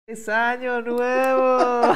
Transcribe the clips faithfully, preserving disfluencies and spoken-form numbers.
¡Es año nuevo!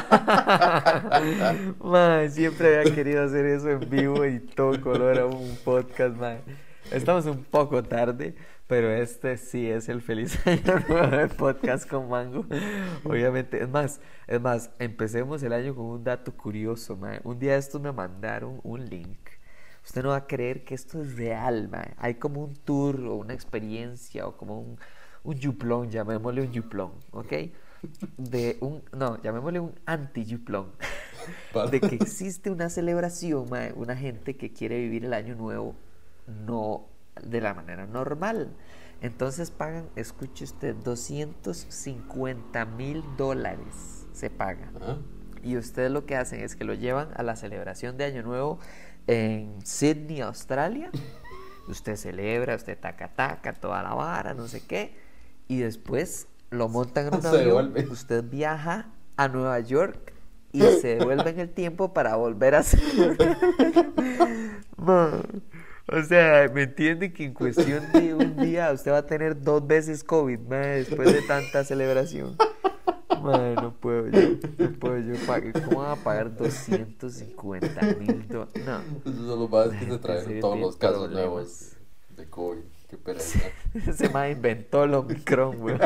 Man, siempre había querido hacer eso en vivo y todo color a un podcast, man. Estamos un poco tarde, pero este sí es el feliz año nuevo del podcast con Mango. Obviamente, es más, es más, empecemos el año con un dato curioso, man. Un día estos me mandaron un link. Usted no va a creer que esto es real, man. Hay como un tour o una experiencia o como un, un yuplón, llamémosle un yuplón, ¿ok? De un, no, llamémosle un anti-yuplón, de que existe una celebración, mae, una gente que quiere vivir el año nuevo no de la manera normal. Entonces pagan, escuche usted, doscientos cincuenta mil dólares se paga. Ajá. Y ustedes lo que hacen es que lo llevan a la celebración de Año Nuevo en Sydney, Australia. Usted celebra, usted taca taca, toda la vara, no sé qué. Y después lo montan en un Se avión, devuelve. usted viaja a Nueva York y se devuelve en el tiempo para volver a hacer. Man, o sea, ¿me entiende que en cuestión de un día usted va a tener dos veces COVID, man, después de tanta celebración? Man, no puedo yo, no puedo yo pagar. ¿Cómo van a pagar doscientos cincuenta mil dólares? No. Esos son los más que se En traen serio, todos tiene los casos problemas. nuevos de COVID. Qué pereza. Ese man inventó el Omicron, weón.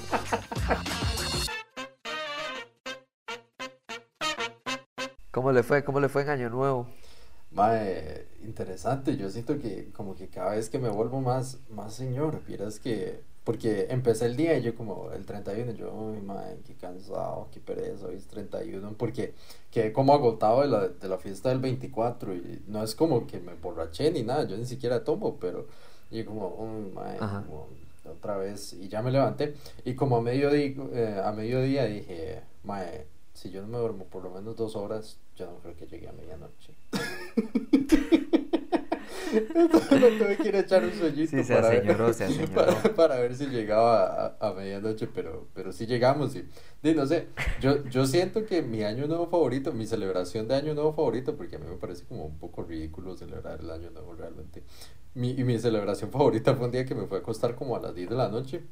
¿Cómo le fue? ¿Cómo le fue en Año Nuevo? Mae, interesante. Yo siento que como que cada vez que me vuelvo más, más señor, vieras que... Porque empecé el día y yo como el treinta y uno, yo, uy, mae, qué cansado, qué pereza, hoy es treinta y uno, porque quedé como agotado de la, de la fiesta del veinticuatro y no es como que me emborraché ni nada, yo ni siquiera tomo, pero yo como, uy, mae, Ajá. como otra vez, y ya me levanté, y como a mediodía, eh, a mediodía dije, mae, si yo no me duermo por lo menos dos horas, yo no creo que llegue a medianoche. Entonces me tuve que ir a echar un sueñito Sí, se para aseñoró, ver, se aseñoró. para, para ver si llegaba a, a medianoche, pero, pero sí llegamos y, y no sé, yo, yo siento que mi año nuevo favorito, mi celebración de año nuevo favorito, porque a mí me parece como un poco ridículo celebrar el año nuevo realmente, mi, y mi celebración favorita fue un día que me fue a acostar como a las diez de la noche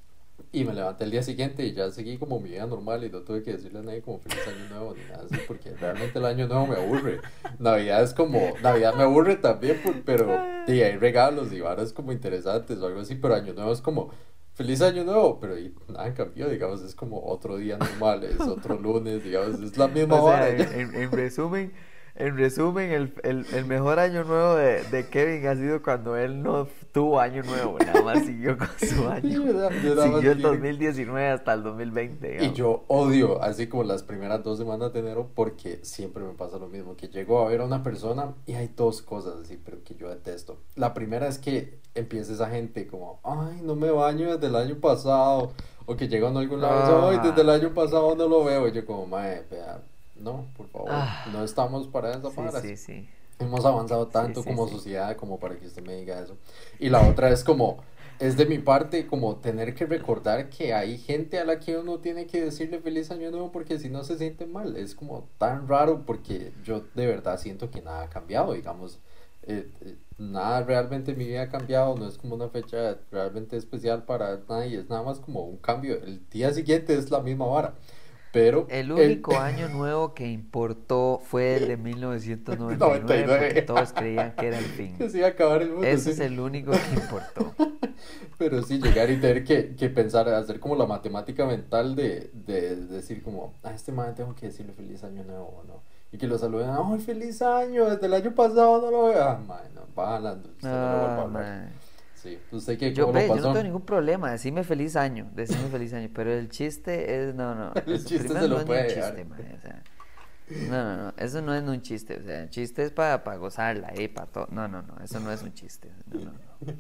y me levanté el día siguiente y ya seguí como mi vida normal y no tuve que decirle a nadie como feliz año nuevo ni nada así porque realmente el año nuevo me aburre. Navidad es como, Navidad me aburre también, por- pero y hay regalos y varas como interesantes o algo así, pero año nuevo es como feliz año nuevo, pero y nada cambió, digamos, es como otro día normal, es otro lunes, digamos, es la misma O sea, vara. en, en- en resumen, en resumen, el, el- el mejor año nuevo de, de Kevin ha sido cuando él no tuvo año nuevo, nada más siguió con su Y año. yo, nada- yo nada más Siguió el quiero- dos mil diecinueve hasta el dos mil veinte, Y digamos. yo odio así como las primeras dos semanas de enero porque siempre me pasa lo mismo, que llego a ver a una persona y hay dos cosas así, pero que yo detesto. La primera es que empieza esa gente como, ay, no me baño desde el año pasado, o que llega uno a algún lado y dice, ay, desde el Ah, año pasado no lo veo, y yo como, mae, vea, no, por favor, no ah, estamos para esas sí, varas. sí, sí, Hemos avanzado sí, tanto sí, como sí. sociedad como para que usted me diga eso. Y la otra es como, es de mi parte como tener que recordar que hay gente a la que uno tiene que decirle feliz año nuevo porque si no se siente mal. Es como tan raro porque yo de verdad siento que nada ha cambiado, digamos. Eh, eh, nada realmente en mi vida ha cambiado, no es como una fecha realmente especial para nadie, es nada más como un cambio. El día siguiente es la misma vara. Pero El el único año nuevo que importó fue el de mil novecientos noventa y noventa y nueve porque nueve todos creían que era el fin. que se iba a acabar el mundo, Ese sí. es el único que importó. Pero sí, llegar y tener que, que pensar, hacer como la matemática mental de, de, decir como, a este man tengo que decirle feliz año nuevo o no. Y que lo saluden, ¡ay, feliz año! Desde el año pasado no lo veo. Ah, man, no, va jalando, usted no lo vuelva a Ah, hablar. man. Sí, ¿usted qué? Yo, ¿Cómo lo ve, yo no pasó? tengo ningún problema, decime feliz año, decime feliz año, pero el chiste es, no, no, El eso chiste primero se no lo es ni un puede chiste, dejar. mae, o sea, no, no, no, eso no es ni un chiste, o sea, el chiste es para gozarla, eh, para todo, no, no, no, eso no es un chiste, no, no,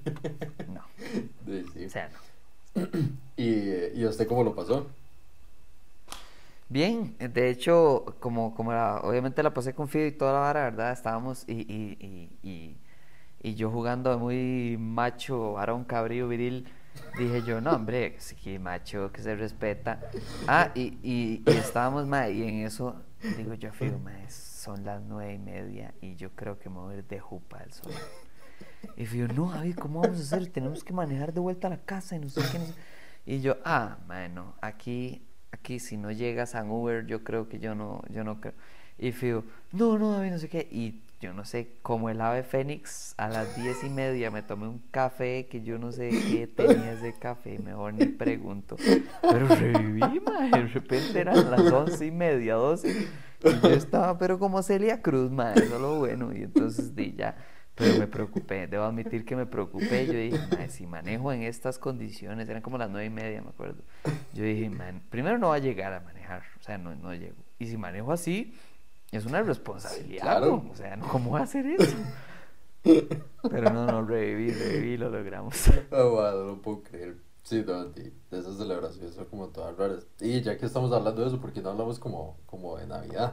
no, no, Sí, o sí. sea, no. ¿Y, y usted cómo lo pasó? Bien, de hecho, como, como la- obviamente la pasé con Fido y toda la vara, ¿verdad? Estábamos y, y, y, y, y yo jugando muy macho, varón, cabrío, viril, dije yo, no, hombre, sí, macho, que se respeta. Ah, y, y, y estábamos, ma, y en eso digo yo, Fido, ma, son las nueve y media y yo creo que me voy a ir de jupa el sol. Y Fido, no, David, ¿cómo vamos a hacer? Tenemos que manejar de vuelta a la casa y no sé qué, no sé. Y yo, ah, bueno, aquí aquí si no llegas a Uber, yo creo que yo no, yo no creo. Y Fido, no, no, David, no sé qué. Y yo no sé, como el ave fénix, a las diez y media me tomé un café que yo no sé qué tenía ese café, mejor ni pregunto. Pero reviví, mae, de repente eran las once y media, doce. Y yo estaba, pero como Celia Cruz, mae, eso es lo bueno. Y entonces di ya. Pero me preocupé, debo admitir que me preocupé. Yo dije, mae, si manejo en estas condiciones, eran como las nueve y media, me acuerdo. Yo dije, man, primero no va a llegar a manejar, o sea, no, no llego. Y si manejo así, es una responsabilidad, Claro. ¿no? O sea, ¿cómo va a hacer eso? Pero no, no, reviví, reviví, lo logramos. Ah, bueno, no lo puedo creer. Sí, no, de, de esas celebraciones son como todas raras. Y ya que estamos hablando de eso, ¿por qué no hablamos como, como de Navidad?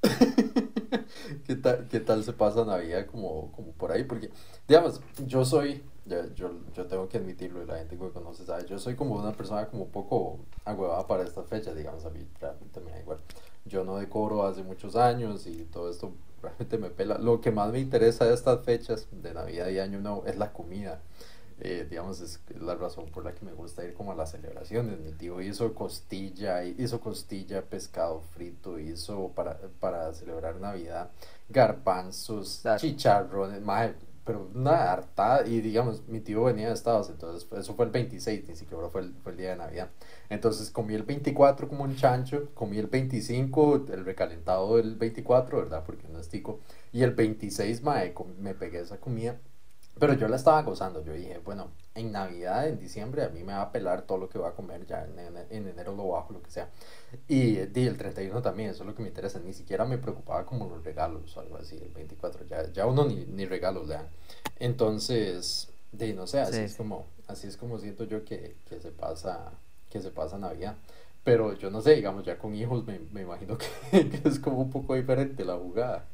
¿Qué tal, qué tal se pasa Navidad como, como por ahí? Porque, digamos, yo soy, ya, yo, yo tengo que admitirlo y la gente que me conoce sabe, yo soy como una persona como un poco agüevada para estas fechas, digamos, a mí realmente me da igual. Yo no decoro hace muchos años y todo esto realmente me pela. Lo que más me interesa de estas fechas de Navidad y Año Nuevo es la comida. Eh, digamos, es la razón por la que me gusta ir como a las celebraciones. Mi tío hizo costilla, hizo costilla, pescado frito, hizo para, para celebrar Navidad, garbanzos, Claro. chicharrones, mae, pero una hartada. Y digamos, mi tío venía de Estados, entonces eso fue el veintiséis, ni siquiera fue el, fue el día de Navidad. Entonces comí el veinticuatro como un chancho, comí el veinticinco, el recalentado del veinticuatro, ¿verdad? Porque no es tico. Y el veintiséis, mae, com- me pegué esa comida. Pero yo la estaba gozando, yo dije, bueno, en Navidad, en diciembre, a mí me va a pelar todo lo que voy a comer, ya en, en, en enero lo bajo, lo que sea. Y, eh, di, el treinta y uno también, eso es lo que me interesa, ni siquiera me preocupaba como los regalos o algo así, el veinticuatro ya, ya uno ni, ni regalos le dan. Entonces, di, no sé, así Sí, es sí. como, así es como siento yo que, que se pasa, que se pasa Navidad. Pero yo no sé, digamos, ya con hijos me, me imagino que, que es como un poco diferente la jugada.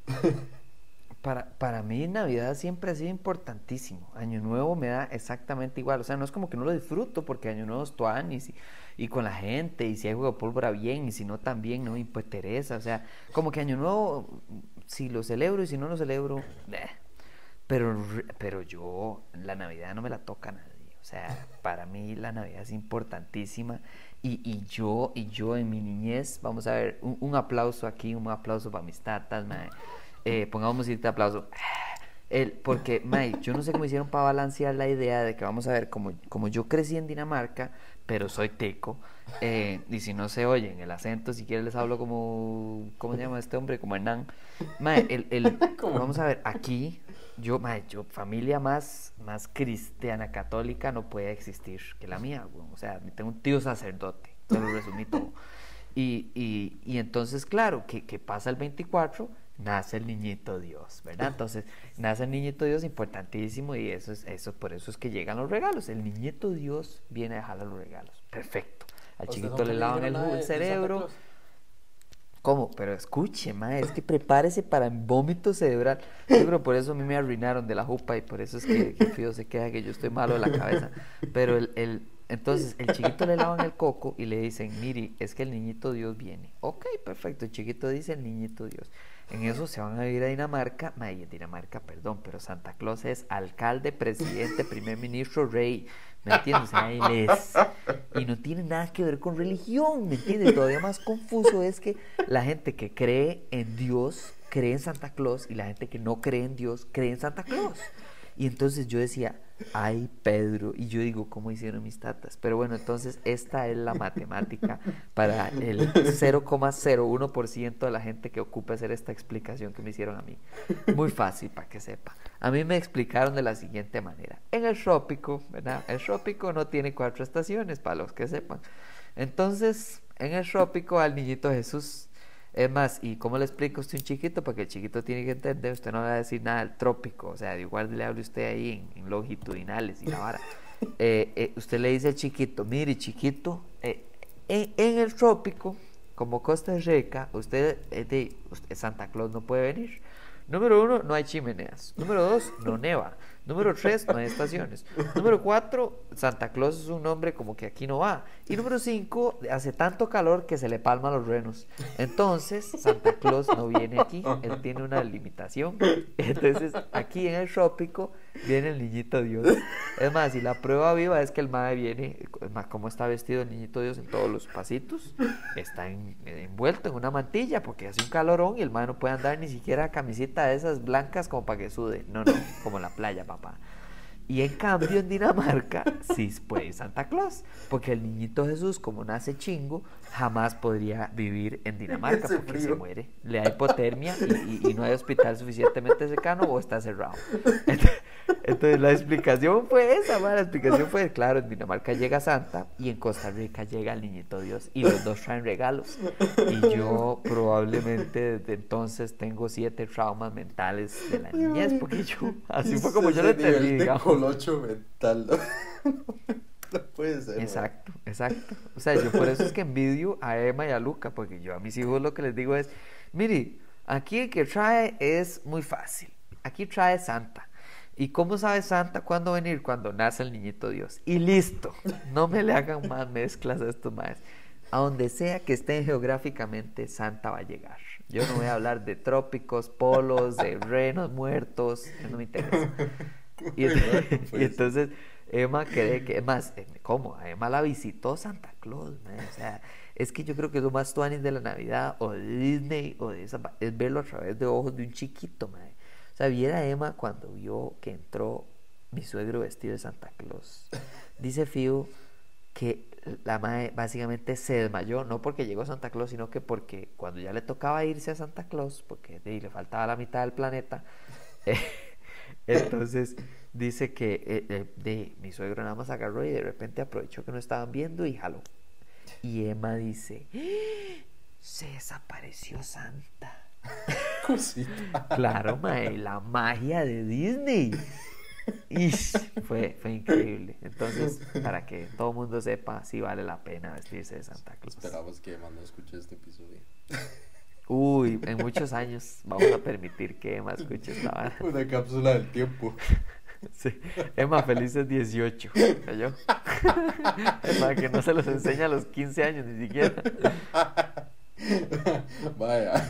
Para, para mí Navidad siempre ha sido importantísimo. Año Nuevo me da exactamente igual. O sea, no es como que no lo disfruto porque Año Nuevo es tuanis y, y con la gente y si hay juego de pólvora bien y si no también no me interesa. O sea, como que Año Nuevo si lo celebro y si no lo celebro, eh. Pero, pero yo la Navidad no me la toca a nadie. O sea, para mí la Navidad es importantísima y, y yo y yo en mi niñez, vamos a ver, un, un aplauso aquí, un aplauso para mis tatas, mae. Eh, pongamos musiquita de aplauso. El, porque, mae, yo no sé cómo hicieron para balancear la idea de que vamos a ver, como, como yo crecí en Dinamarca, pero soy teco, eh, y si no se oyen el acento, si quieres les hablo como, ¿cómo se llama este hombre? Como Hernán. Mae, el, el, Como vamos a ver, aquí, yo, mae, yo, familia más, más cristiana católica no puede existir que la mía, güey. O sea, tengo un tío sacerdote, te lo resumí todo. Y, y, y entonces, claro, que, que pasa el veinticuatro, nace el niñito Dios, ¿verdad? Entonces, nace el niñito Dios, importantísimo, y eso es, eso, por eso es que llegan los regalos. El niñito Dios viene a dejarle los regalos. Perfecto. Al ¿A usted chiquito nunca le le lavan dijeron el, nada ju- el de, de Santa cerebro. Claus? ¿Cómo? Pero escuche, ma, es que prepárese para el vómito cerebral. Yo creo por eso a mí me arruinaron de la jupa y por eso es que, que Fido se queda que yo estoy malo de la cabeza. Pero el, el, entonces el chiquito le lavan el coco y le dicen, mire, es que el niñito Dios viene. Ok, perfecto, el chiquito dice el niñito Dios. En eso se van a vivir a Dinamarca, ma, y en Dinamarca, perdón, pero Santa Claus es alcalde, presidente, primer ministro, rey. ¿Me entiendes? O sea, él es. Y no tiene nada que ver con religión, ¿me entiendes? Todavía más confuso es que la gente que cree en Dios cree en Santa Claus y la gente que no cree en Dios cree en Santa Claus. Y entonces yo decía, ay Pedro, y yo digo, ¿cómo hicieron mis tatas? Pero bueno, entonces esta es la matemática para el cero coma cero uno por ciento de la gente que ocupa hacer esta explicación que me hicieron a mí. Muy fácil para que sepa. A mí me explicaron de la siguiente manera. En el trópico, ¿verdad? El trópico no tiene cuatro estaciones, para los que sepan. Entonces, en el trópico al niñito Jesús. Es más, ¿y cómo le explica usted a un chiquito? Porque el chiquito tiene que entender, usted no va a decir nada del trópico, o sea, igual le hable usted ahí en, en longitudinales y la vara. Eh, eh, usted le dice al chiquito, mire chiquito, eh, en, en el trópico, como Costa Rica, usted, eh, de, usted, Santa Claus no puede venir. Número uno, no hay chimeneas. Número dos, no neva. Número tres, no hay estaciones. Número cuatro, Santa Claus es un nombre como que aquí no va. Y número cinco, hace tanto calor que se le palman los renos. Entonces, Santa Claus no viene aquí, él tiene una limitación. Entonces, aquí en el trópico viene el niñito Dios. Es más, y la prueba viva es que el mae viene, como está vestido el niñito Dios en todos los pasitos, está en, envuelto en una mantilla porque hace un calorón y el mae no puede andar ni siquiera camiseta de esas blancas como para que sude. No, no, como en la playa, papá. Y en cambio en Dinamarca sí puede ir Santa Claus, porque el niñito Jesús, como nace chingo, jamás podría vivir en Dinamarca porque se muere, le da hipotermia y, y, y no hay hospital suficientemente cercano o está cerrado. Entonces, entonces la explicación fue esa, man. La explicación fue, claro, en Dinamarca llega Santa y en Costa Rica llega el niñito Dios y los dos traen regalos. Y yo probablemente desde entonces tengo siete traumas mentales de la niñez, porque yo, así fue como yo lo entendí, digamos. Colocho mental, ¿no? No puede ser. Exacto, man. Exacto. O sea, yo por eso es que envidio a Emma y a Luca, porque yo a mis hijos lo que les digo es, mire, aquí el que trae es muy fácil. Aquí trae Santa. ¿Y cómo sabe Santa cuándo venir? Cuando nace el niñito Dios. Y listo. No me le hagan más mezclas a estos maes. A donde sea que estén geográficamente, Santa va a llegar. Yo no voy a hablar de trópicos, polos, de renos muertos. No me interesa. Y, y entonces Emma cree que, es más, ¿cómo? A Emma la visitó Santa Claus, man. O sea, es que yo creo que lo más tuanis de la Navidad o de Disney o de esa, es verlo a través de ojos de un chiquito, man. O sea, viera a Emma cuando vio que entró mi suegro vestido de Santa Claus. Dice Fío que la madre básicamente se desmayó, no porque llegó Santa Claus, sino que porque cuando ya le tocaba irse a Santa Claus, porque de, le faltaba la mitad del planeta, eh, entonces dice que eh, eh, de, mi suegro nada más agarró y de repente aprovechó que no estaban viendo y jaló. Y Emma dice, ¡ah! Se desapareció Santa. Cosita. Claro, mae, la magia de Disney. Ish, fue, fue increíble. Entonces, para que todo el mundo sepa, sí vale la pena vestirse de Santa Claus. Esperamos que Emma no escuche este episodio. Uy, en muchos años vamos a permitir que Emma escuche esta vara. Una cápsula del tiempo. Sí. Emma, felices dieciocho. ¿Cayó? Para que no se los enseñe a los quince años ni siquiera. Vaya.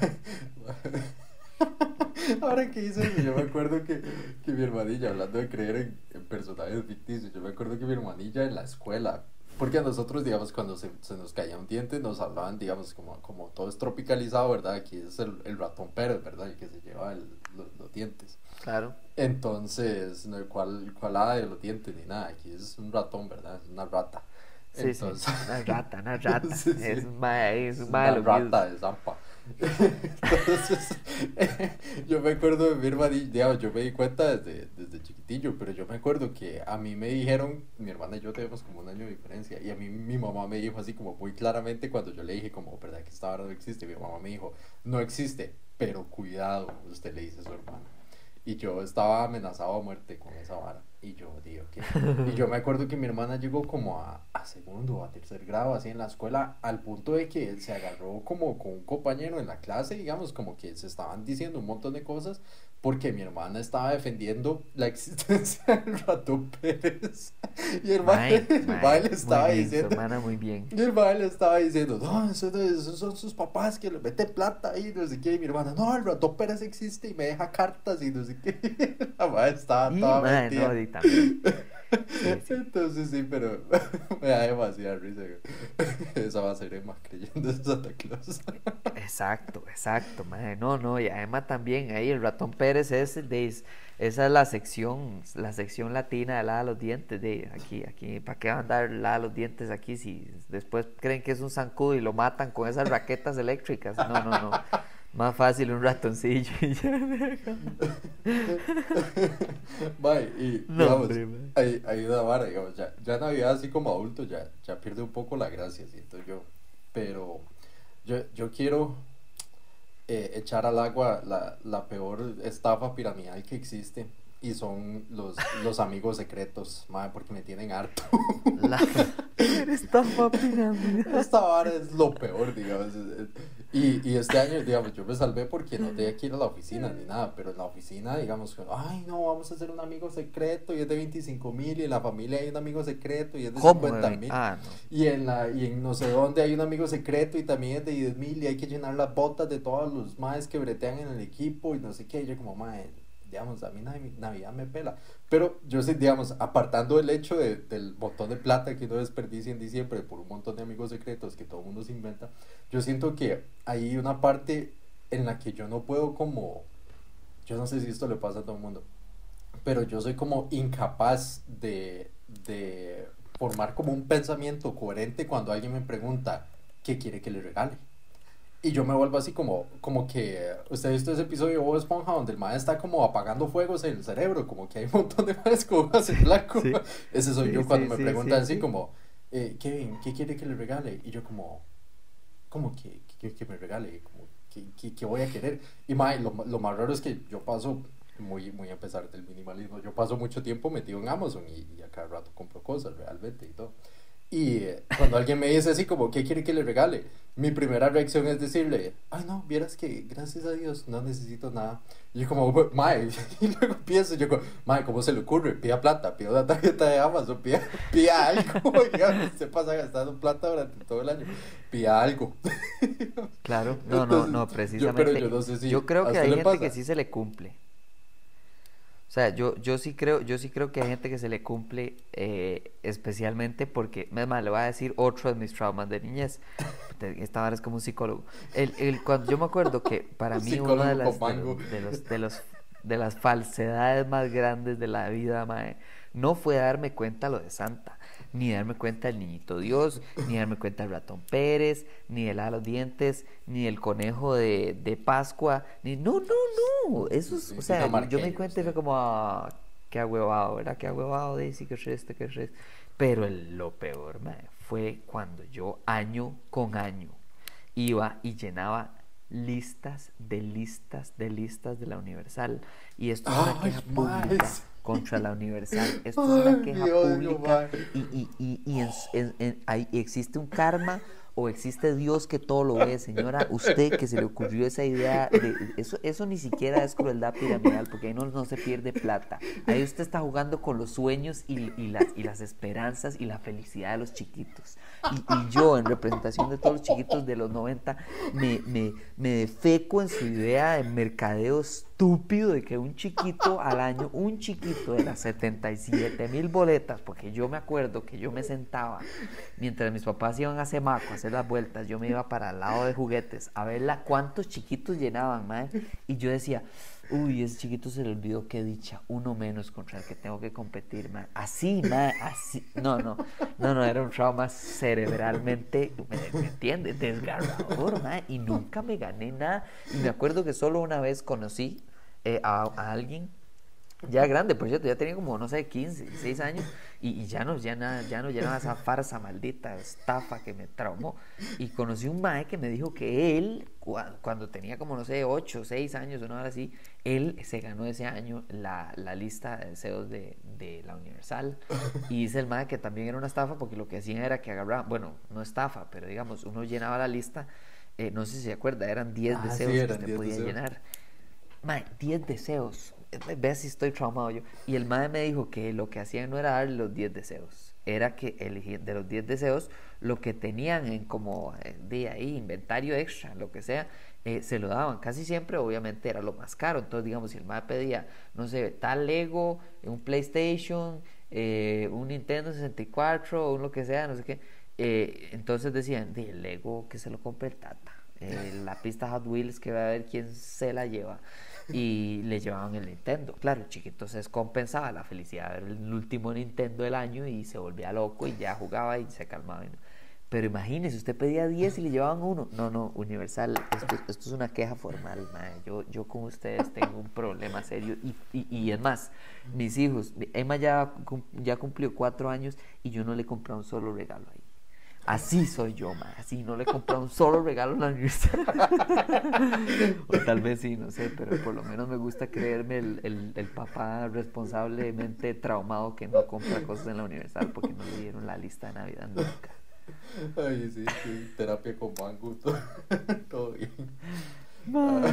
Ahora que hice eso, yo me acuerdo que, que mi hermanilla, hablando de creer en, en personajes ficticios, yo me acuerdo que mi hermanilla en la escuela, porque a nosotros, digamos, cuando se, se nos caía un diente, nos hablaban, digamos, como, como todo es tropicalizado, ¿verdad? Aquí es el, el ratón Pérez, ¿verdad? El que se lleva el, los, los dientes. Claro. Entonces, no, ¿cuál, cuál hada de los dientes ni nada? Aquí es un ratón, ¿verdad? Es una rata. Sí, entonces, sí, una rata, una rata. Sí, sí. Es, ma, es, es ma, una rata de zampa. Entonces, yo me acuerdo de mi hermanilla, digamos, yo me di cuenta desde, desde chiquitillo, pero yo me acuerdo que a mí me dijeron, mi hermana y yo tenemos como un año de diferencia, y a mí mi mamá me dijo así como muy claramente cuando yo le dije como, ¿verdad que esta vara no existe? Mi mamá me dijo, no existe, pero cuidado, usted le dice a su hermana. Y yo estaba amenazado a muerte con esa vara. Y yo digo que... Y yo me acuerdo que mi hermana llegó como a, a segundo o a tercer grado, así en la escuela, al punto de que se agarró como con un compañero en la clase, digamos, como que se estaban diciendo un montón de cosas, porque mi hermana estaba defendiendo la existencia del ratón Pérez. Y el mae le estaba bien, diciendo... Su hermana muy bien. Y el mae le estaba diciendo, no, esos, esos son sus papás que le meten plata ahí, no sé qué. Y mi hermana, no, el ratón Pérez existe y me deja cartas y no sé qué. La mae estaba y, toda mae, metida. No, también. Sí, sí. Entonces sí, pero me da demasiada risa. Esa va a ser Emma creyendo en Santa Claus. Exacto, exacto, madre. No, no, y además también ahí el ratón Pérez es de esa es la sección, la sección latina de la de los dientes de aquí, aquí, ¿para qué van a andar la de los dientes aquí si después creen que es un zancudo y lo matan con esas raquetas eléctricas? No, no, no. Más fácil un ratoncillo y ya. Bye, y no, digamos, hombre, hay, hay una vara, digamos, ya, ya Navidad así como adulto ya, ya pierde un poco la gracia, siento yo. Pero yo, yo quiero eh, echar al agua la, la peor estafa piramidal que existe. Y son los, los amigos secretos, madre, porque me tienen harto. La estafa piramidal. Esta vara es lo peor, digamos. Y, y este año, digamos, yo me salvé porque no tenía que ir a la oficina ni nada, pero en la oficina, digamos, ay, no, vamos a hacer un amigo secreto y es de veinticinco mil y en la familia hay un amigo secreto y es de ¿Cómo? cincuenta mil Ah, no. y en la, y en no sé dónde hay un amigo secreto y también es de diez mil y hay que llenar las botas de todos los maes que bretean en el equipo y no sé qué, y yo como, mae, digamos, a mí Navi- Navidad me pela. Pero yo sé, digamos, apartando el hecho de, del montón de plata que uno desperdicia en diciembre por un montón de amigos secretos que todo el mundo se inventa, yo siento que hay una parte en la que yo no puedo como, yo no sé si esto le pasa a todo el mundo, pero yo soy como incapaz de, de formar como un pensamiento coherente cuando alguien me pregunta qué quiere que le regale. Y yo me vuelvo así como, como que, usted ha visto ese episodio de Bob Esponja donde el maestro está como apagando fuegos en el cerebro, como que hay un montón de maes con hojas en blanco. Sí, Ese soy sí, yo cuando sí, me sí, preguntan sí, así sí. como, eh, Kevin, ¿qué quiere que le regale? Y yo como, ¿cómo que, que, que me regale? Como, ¿qué, qué, qué voy a querer? Y mae, lo, lo más raro es que yo paso, muy, muy a pesar del minimalismo, yo paso mucho tiempo metido en Amazon y, y a cada rato compro cosas realmente y todo. Y eh, cuando alguien me dice así como, ¿qué quiere que le regale? Mi primera reacción es decirle, ay no, vieras que gracias a Dios no necesito nada. Y yo como, "Bu- mae", y luego pienso, yo como, mae, ¿cómo se le ocurre? Pida plata, pida una tarjeta de Amazon, pida, pida algo, ya, usted pasa gastando plata durante todo el año, pida algo. Claro, no, no, Entonces, no, yo, pero yo precisamente. no sé Yo si creo a que usted hay le gente que pasa. sí se le cumple. O sea, yo, yo sí creo, yo sí creo que hay gente que se le cumple, eh, especialmente porque, es más, le voy a decir otro de mis traumas de niñez. Te- Esta vara es como un psicólogo. El, el, cuando, yo me acuerdo que para Un mí uno de psicólogo con las, de los, mango. de los, de los, de las falsedades más grandes de la vida, mae, no fue darme cuenta lo de Santa, ni darme cuenta del niñito Dios, ni darme cuenta del ratón Pérez, ni del hada de los dientes, ni del conejo de, de Pascua, ni no, no, no. Eso es, o Sí, sea, yo me di dinamarqueño cuenta y fue usted. como, ah, qué agüevado, ¿verdad? Qué agüevado, Daisy, qué reste, qué reste. Pero el- lo peor, mae, fue cuando yo año con año iba y llenaba listas de listas de listas de la Universal. Y esto es una Ay, queja pública más. contra la Universal. Esto es una Ay, queja Dios mío, pública mae. y, y, y, y en- en- en- ahí existe un karma o existe Dios que todo lo ve. Señora, usted que se le ocurrió esa idea de eso, eso ni siquiera es crueldad piramidal, porque ahí no, no se pierde plata. Ahí usted está jugando con los sueños y, y las, y las esperanzas y la felicidad de los chiquitos. Y, y yo, en representación de todos los chiquitos de los noventa, me, me, me defeco en su idea de mercadeo estúpido de que un chiquito al año, un chiquito de las setenta y siete mil boletas, porque yo me acuerdo que yo me sentaba mientras mis papás iban a Semaco a hacer las vueltas, yo me iba para el lado de juguetes a verla cuántos chiquitos llenaban, mae, y yo decía, uy, ese chiquito se le olvidó qué dicha, uno menos contra el que tengo que competir, mae. Así, mae, así. No, no, no, no, era un trauma cerebralmente, ¿me, me entiendes? Desgarrador, mae, y nunca me gané nada. Y me acuerdo que solo una vez conocí eh, a, a alguien ya grande, por cierto, ya tenía como, no sé, quince, dieciséis años y, y ya no, ya nada, ya no llenaba esa farsa maldita, estafa que me traumó. Y conocí un mae que me dijo que él, cua- cuando tenía como, no sé, ocho, seis años o una hora así, él se ganó ese año la, la lista de deseos de, de la Universal. Y dice el mae que también era una estafa porque lo que hacían era que agarraban, bueno, no estafa, pero digamos, uno llenaba la lista, eh, no sé si se acuerda, eran diez Ah, sí, deseos que eran usted diez podía deseos. llenar. Mae, diez deseos. Ve si estoy traumado yo. Y el mae me dijo que lo que hacían no era darle los diez deseos. Era que elegían de los diez deseos, lo que tenían en como eh, de ahí, inventario extra, lo que sea, eh, se lo daban. Casi siempre, obviamente, era lo más caro. Entonces, digamos, si el mae pedía, no sé, tal Lego, un PlayStation, eh, un Nintendo sesenta y cuatro, o un lo que sea, no sé qué. Eh, entonces decían, de el Lego que se lo compre el tata. Eh, la pista Hot Wheels que va a ver quién se la lleva y le llevaban el Nintendo. Claro, el chiquito se descompensaba la felicidad de ver el último Nintendo del año y se volvía loco y ya jugaba y se calmaba. ¿No? Pero imagínese, usted pedía diez y le llevaban uno. No, no, Universal, esto, esto es una queja formal, madre. Yo, yo con ustedes tengo un problema serio. Y, y, y es más, mis hijos, Emma ya, ya cumplió cuatro años y yo no le compré un solo regalo ahí. Así soy yo, ma. Así no le he comprado un solo regalo en la universidad. O tal vez sí, no sé, pero por lo menos me gusta creerme el, el, el papá responsablemente traumado que no compra cosas en la universidad porque no le dieron la lista de Navidad nunca. Ay, sí, sí, terapia con mango, todo, todo bien.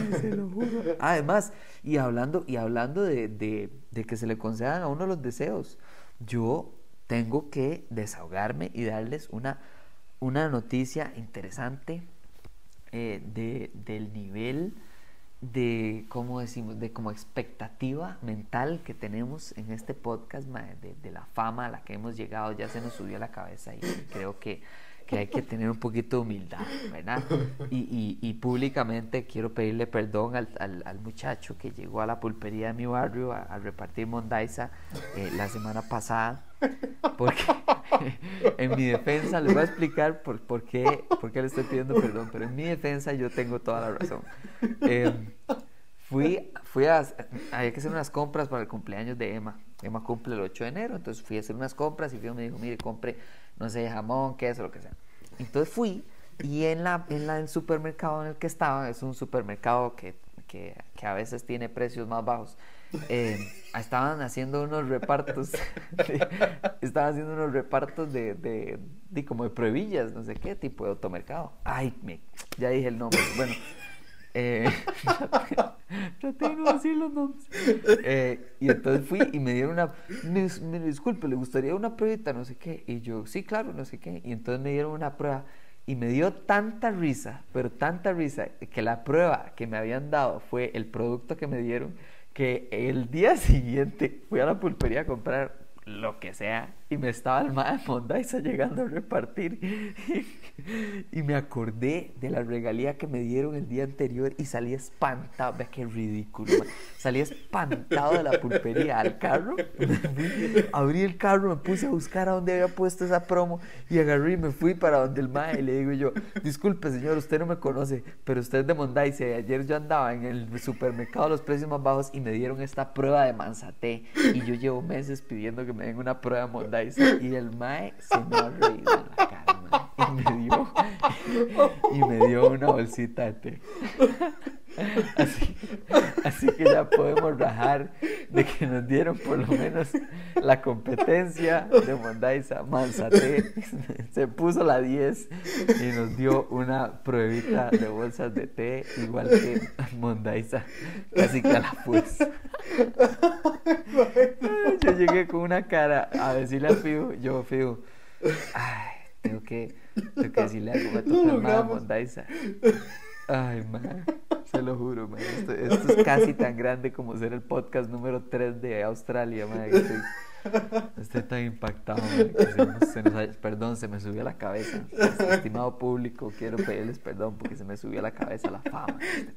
se lo juro. Además, y hablando, y hablando de, de, de que se le concedan a uno los deseos, yo tengo que desahogarme y darles una, una noticia interesante eh, de, del nivel de, ¿cómo decimos?, de como expectativa mental que tenemos en este podcast, mae, de, de la fama a la que hemos llegado. Ya se nos subió a la cabeza y creo que, que hay que tener un poquito de humildad, ¿verdad? Y, y, y públicamente quiero pedirle perdón al, al, al muchacho que llegó a la pulpería de mi barrio a, a repartir Mondaisa eh, la semana pasada, porque en mi defensa les voy a explicar por, por, qué, por qué le estoy pidiendo perdón, pero en mi defensa yo tengo toda la razón. Eh, fui, fui a, había que hacer unas compras para el cumpleaños de Emma. Emma cumple el ocho de enero, entonces fui a hacer unas compras y Fío me dijo, mire, compre, no sé, jamón, queso, lo que sea. Entonces fui y en la, en la, el supermercado en el que estaba, es un supermercado que, que, que a veces tiene precios más bajos, eh, estaban haciendo unos repartos, de, estaban haciendo unos repartos de, de, de como de pruebillas, no sé qué, tipo de automercado. Ay, me, ya dije el nombre, bueno. Eh, traté de no decir los nombres. Eh, y entonces fui y me dieron una. Me, me disculpe, ¿le gustaría una pruebita? No sé qué. Y yo, sí, claro, no sé qué. Y entonces me dieron una prueba. Y me dio tanta risa, pero tanta risa, que la prueba que me habían dado fue el producto que me dieron. Que el día siguiente fui a la pulpería a comprar lo que sea y me estaba el mae de Mondaisa llegando a repartir y me acordé de la regalía que me dieron el día anterior y salí espantado. Ve qué ridículo, man. Salí espantado de la pulpería al carro, me fui, abrí el carro, me puse a buscar a dónde había puesto esa promo y agarré y me fui para donde el mae y le digo yo, disculpe señor, usted no me conoce, pero usted es de Mondaisa y ayer yo andaba en el supermercado a los precios más bajos y me dieron esta prueba de manzaté y yo llevo meses pidiendo que me den una prueba de Mondaisa. Y el mae se me ha reído en la cara, mae, y me dio y me dio una bolsita de té. Así, así que ya podemos rajar de que nos dieron por lo menos la competencia de Mondaisa, Manzaté, se puso la diez y nos dio una pruebita de bolsas de té igual que Mondaisa, casi que a la fuerza. Yo llegué con una cara a decirle a Fiu, yo Fiu, ay, tengo que, tengo que decirle algo, me toca el más Mondaisa. Ay, man, se lo juro, man. Esto, esto es casi tan grande como ser el podcast número tres de Australia, man. Estoy, estoy tan impactado, man, que se nos, se nos, perdón, se me subió a la cabeza. Estimado público, quiero pedirles perdón porque se me subió a la cabeza la fama.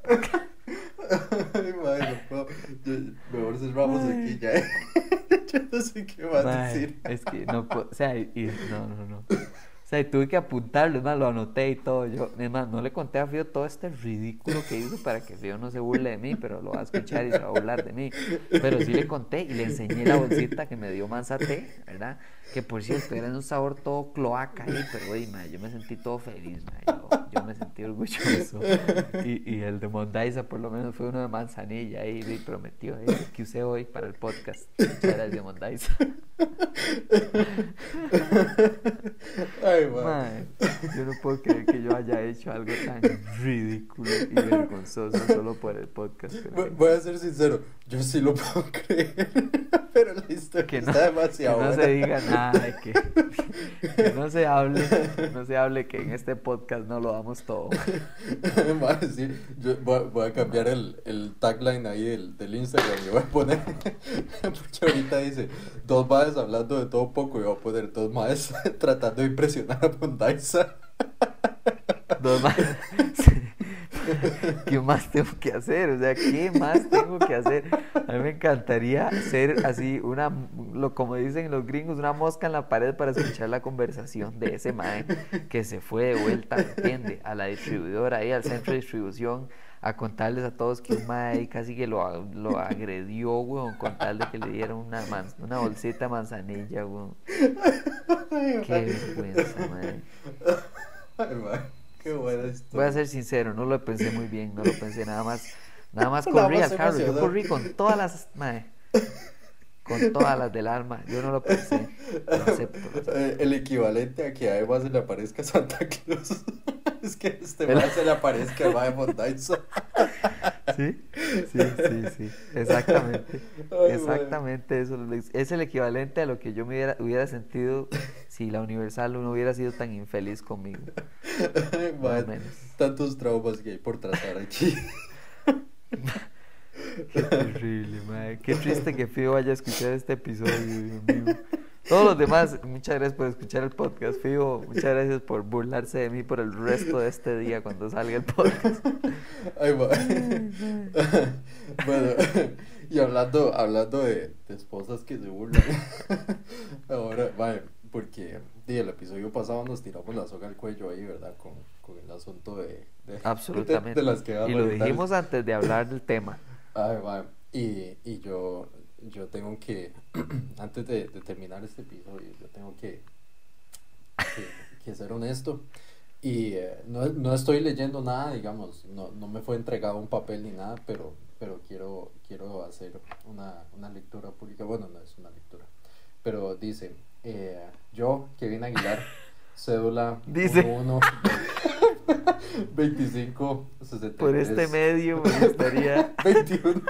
Ay, madre, no puedo. Yo, mejor cerramos aquí ya. Yo no sé qué más man, decir. Es que no puedo, o sea, y, no, no, no. O sea, y tuve que apuntarlo, es más, lo anoté y todo. Yo, es más, no le conté a Fío todo este ridículo que hizo para que Fío no se burle de mí, pero lo va a escuchar y se va a burlar de mí. Pero sí le conté y le enseñé la bolsita que me dio Manzaté, ¿verdad? Que por cierto, era de un sabor todo cloaca ahí, pero oye, man, yo me sentí todo feliz, man. Yo, yo me sentí orgulloso. Y, y el de Mondaisa por lo menos fue uno de manzanilla ahí, me prometió, ¿eh? Que usé hoy para el podcast. Era el de Mondaisa. Ay, man. Man, yo no puedo creer que yo haya hecho algo tan ridículo y vergonzoso solo por el podcast. Voy, voy a ser sincero, yo sí lo puedo creer, pero la historia que no, está demasiado que no buena. se diga nada de que, que no se hable, no se hable que en este podcast no lo damos todo. Va a decir, yo voy a, voy a cambiar el, el tagline ahí del, del Instagram y voy a poner, porque ahorita dice, dos maes hablando de todo poco y voy a poner dos maes tratando de impresionar a Mondaisa. Dos más. ¿Qué más tengo que hacer? O sea, ¿qué más tengo que hacer? A mí me encantaría ser así, una, lo, como dicen los gringos, una mosca en la pared para escuchar la conversación de ese mae que se fue de vuelta, ¿me entiende? A la distribuidora, ahí al centro de distribución, a contarles a todos que un mae ahí casi que lo, lo agredió, weón, con tal de que le dieran una, man, una bolsita de manzanilla, weón. Qué vergüenza, mae. Ay, man. Qué buena historia. Voy a ser sincero, no lo pensé muy bien, no lo pensé nada más, nada más Nada corrí más al carro, yo emocionado. corrí con todas las, mae, con todas las del alma, yo no lo pensé, lo acepto, lo acepto. Eh, El equivalente a que además se le aparezca Santa Claus es que este El- man se le aparezca a de Mondaisa. Sí, sí, sí, sí, exactamente, Ay, mae. exactamente eso. Es el equivalente a lo que yo me hubiera, hubiera sentido si la Universal no hubiera sido tan infeliz conmigo, Ay, más o mae, menos. tantos traumas que hay por tratar aquí. Qué terrible, madre. Qué triste que Fío vaya a escuchar este episodio, Dios mío. Todos los demás, muchas gracias por escuchar el podcast, Fío. Muchas gracias por burlarse de mí por el resto de este día cuando salga el podcast. Ay, mae. Ay, mae. Bueno, y hablando, hablando de, de esposas que se burlan, ahora, mae, porque di, el episodio pasado nos tiramos la soga al cuello ahí, ¿verdad? Con, con el asunto de, de, de, de las Absolutamente. quedadas Y lo maritales. dijimos antes de hablar del tema. Ay, mae, y, y yo, yo tengo que, antes de, de terminar este episodio, yo tengo que, que, que ser honesto. Y eh, no, no estoy leyendo nada, digamos, no, no me fue entregado un papel ni nada, pero, pero quiero, quiero hacer una, una lectura pública. Bueno, no es una lectura, pero dice, eh, yo, Kevin Aguilar, cédula Dice, uno uno veinticinco sesenta y por este tres medio me gustaría... veintiuno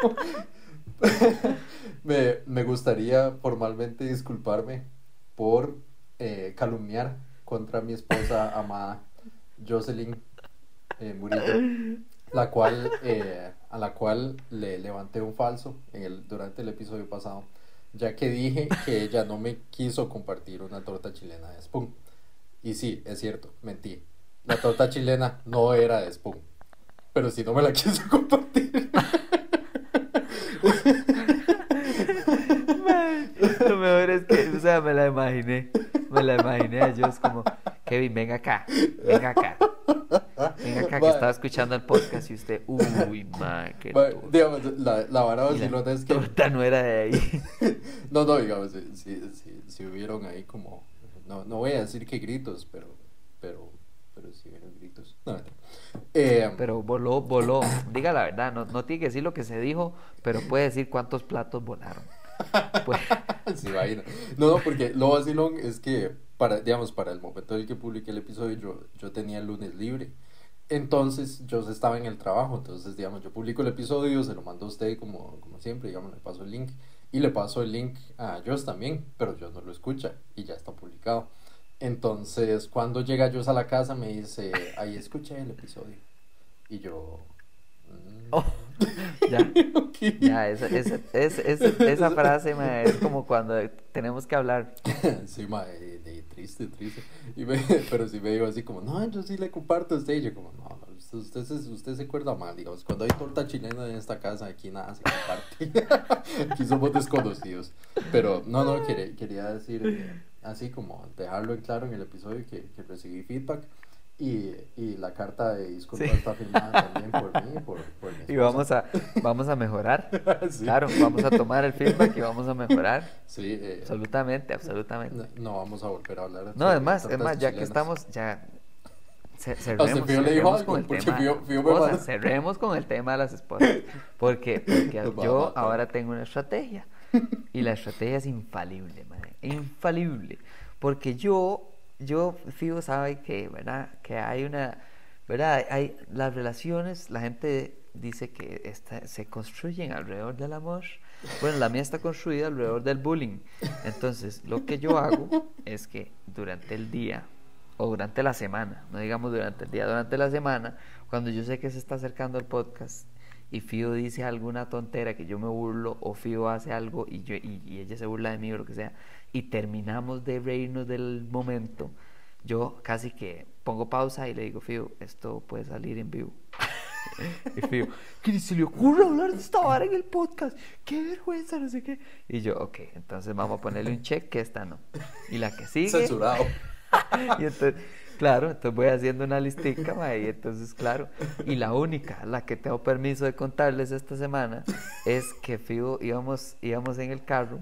me, me gustaría formalmente disculparme por eh, calumniar contra mi esposa amada Jocelyn eh, Murillo, la cual, eh, a la cual le levanté un falso en el, durante el episodio pasado, ya que dije que ella no me quiso compartir una torta chilena de Spoon. Y sí, es cierto, mentí. La torta chilena no era de Spoon, pero si no me la quiso compartir. Mae, lo mejor es que, o sea, me la imaginé. Me la imaginé a ellos como, Kevin, venga acá, venga acá. Venga acá que Ma- estaba escuchando el podcast y usted, uy, ma, qué ma- torta. digamos, la, la vara Y la vacilona es que torta no era de ahí. no, no, digamos, si, si, si, si hubieron ahí como, no, no voy a decir que gritos, pero, pero, pero si hubieron gritos. No, mentira. Eh, Pero voló, voló. Diga la verdad, no, no tiene que decir lo que se dijo, pero puede decir cuántos platos volaron. Pues, sí, vaina. No, no, porque lo vacilón es que, para, digamos, para el momento en el que publiqué el episodio, yo, yo tenía el lunes libre. Entonces, yo estaba en el trabajo. Entonces, digamos, yo publico el episodio, se lo mando a usted como, como siempre, digamos, le paso el link. Y le paso el link a Joss también, pero Joss no lo escucha y ya está publicado. Entonces, cuando llega Joss a la casa, me dice, ahí escuché el episodio. Y yo... oh, ya, mm, ok. ya, esa, esa, esa, esa, esa frase, ma, es como cuando tenemos que hablar. Sí, ma, eh, de- triste, triste. Y me- pero sí me digo así como, no, yo sí le comparto a usted. Y yo como, no, no, usted, usted, se, usted se acuerda mal, digamos, cuando hay torta chilena en esta casa, aquí nada se comparte. Aquí somos desconocidos. Pero no, no, quería, quería decir, eh, así como dejarlo en claro en el episodio que, que recibí feedback. Y, y la carta de disculpa Sí. está firmada también por mí, por, por mi Y esposa. vamos a, vamos a mejorar. Sí. Claro, vamos a tomar el feedback y vamos a mejorar. Sí, eh, Absolutamente, absolutamente. no, no vamos a volver a hablar No, es sobre más, es tortas más, ya que chilenas. estamos, ya ce- A usted cerremos, Fío le dijo cerremos algo, con el porque tema de Fío, las Fío me esposas, mandó. cerremos con el tema de las esposas, porque, porque Nos va a yo matar. ahora tengo una estrategia y la estrategia es infalible, madre, infalible, porque yo, yo, Fío sabe que, ¿verdad? Que hay una, ¿verdad? Hay las relaciones, la gente dice que esta, se construyen alrededor del amor. Bueno, la mía está construida alrededor del bullying. Entonces, lo que yo hago es que durante el día o durante la semana, no digamos durante el día, durante la semana, cuando yo sé que se está acercando el podcast y Fío dice alguna tontera que yo me burlo o Fío hace algo y, yo, y, y ella se burla de mí o lo que sea y terminamos de reírnos del momento, yo casi que pongo pausa y le digo, Fío, esto puede salir en vivo. Y Fío, ¿qué se le ocurre hablar de esta vara en el podcast? ¡Qué vergüenza! No sé qué. Y yo, ok, entonces vamos a ponerle un check que esta no. Y la que sigue. Censurado. Y entonces, claro, entonces voy haciendo una listica, ma, y entonces, claro. Y la única, la que tengo permiso de contarles esta semana, es que Fío íbamos, íbamos en el carro.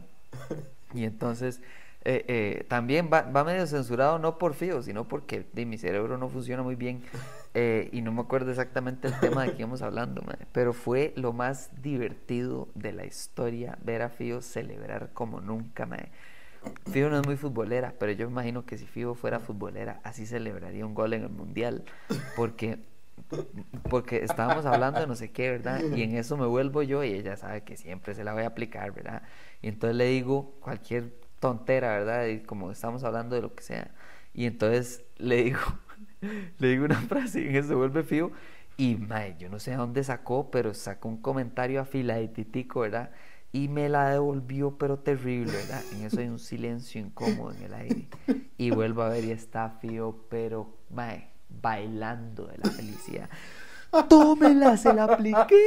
Y entonces. Eh, eh, también va, va medio censurado, no por Fío, sino porque di, mi cerebro no funciona muy bien eh, y no me acuerdo exactamente el tema de que íbamos hablando, madre. Pero fue lo más divertido de la historia ver a Fío celebrar como nunca, madre. Fío no es muy futbolera, pero yo me imagino que si Fío fuera futbolera, así celebraría un gol en el mundial, porque porque estábamos hablando de no sé qué, ¿verdad? Y en eso me vuelvo yo y ella sabe que siempre se la voy a aplicar, ¿verdad? Y entonces le digo cualquier tontera, ¿verdad? Y como estamos hablando de lo que sea. Y entonces le digo, le digo una frase y en eso se vuelve fío. Y, mae, yo no sé a dónde sacó, pero sacó un comentario afiladititico, ¿verdad? Y me la devolvió, pero terrible, ¿verdad? En eso hay un silencio incómodo en el aire. Y vuelvo a ver y está fío, pero, mae, bailando de la felicidad. ¡Tómela! ¡Se la apliqué!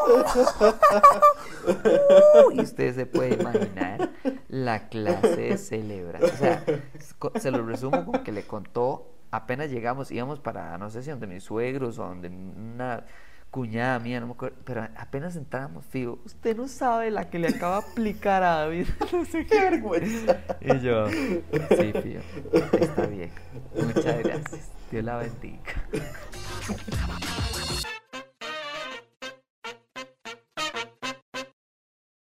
Y usted se puede imaginar la clase de celebración. O sea, se lo resumo con que le contó, apenas llegamos, íbamos para, no sé si donde mis suegros o donde una cuñada mía, no me acuerdo, pero apenas entramos, fijo, usted no sabe la que le acaba de aplicar a David. No sé ¡Qué vergüenza! Y yo, sí, fijo, está bien. Muchas gracias. Dios la bendiga.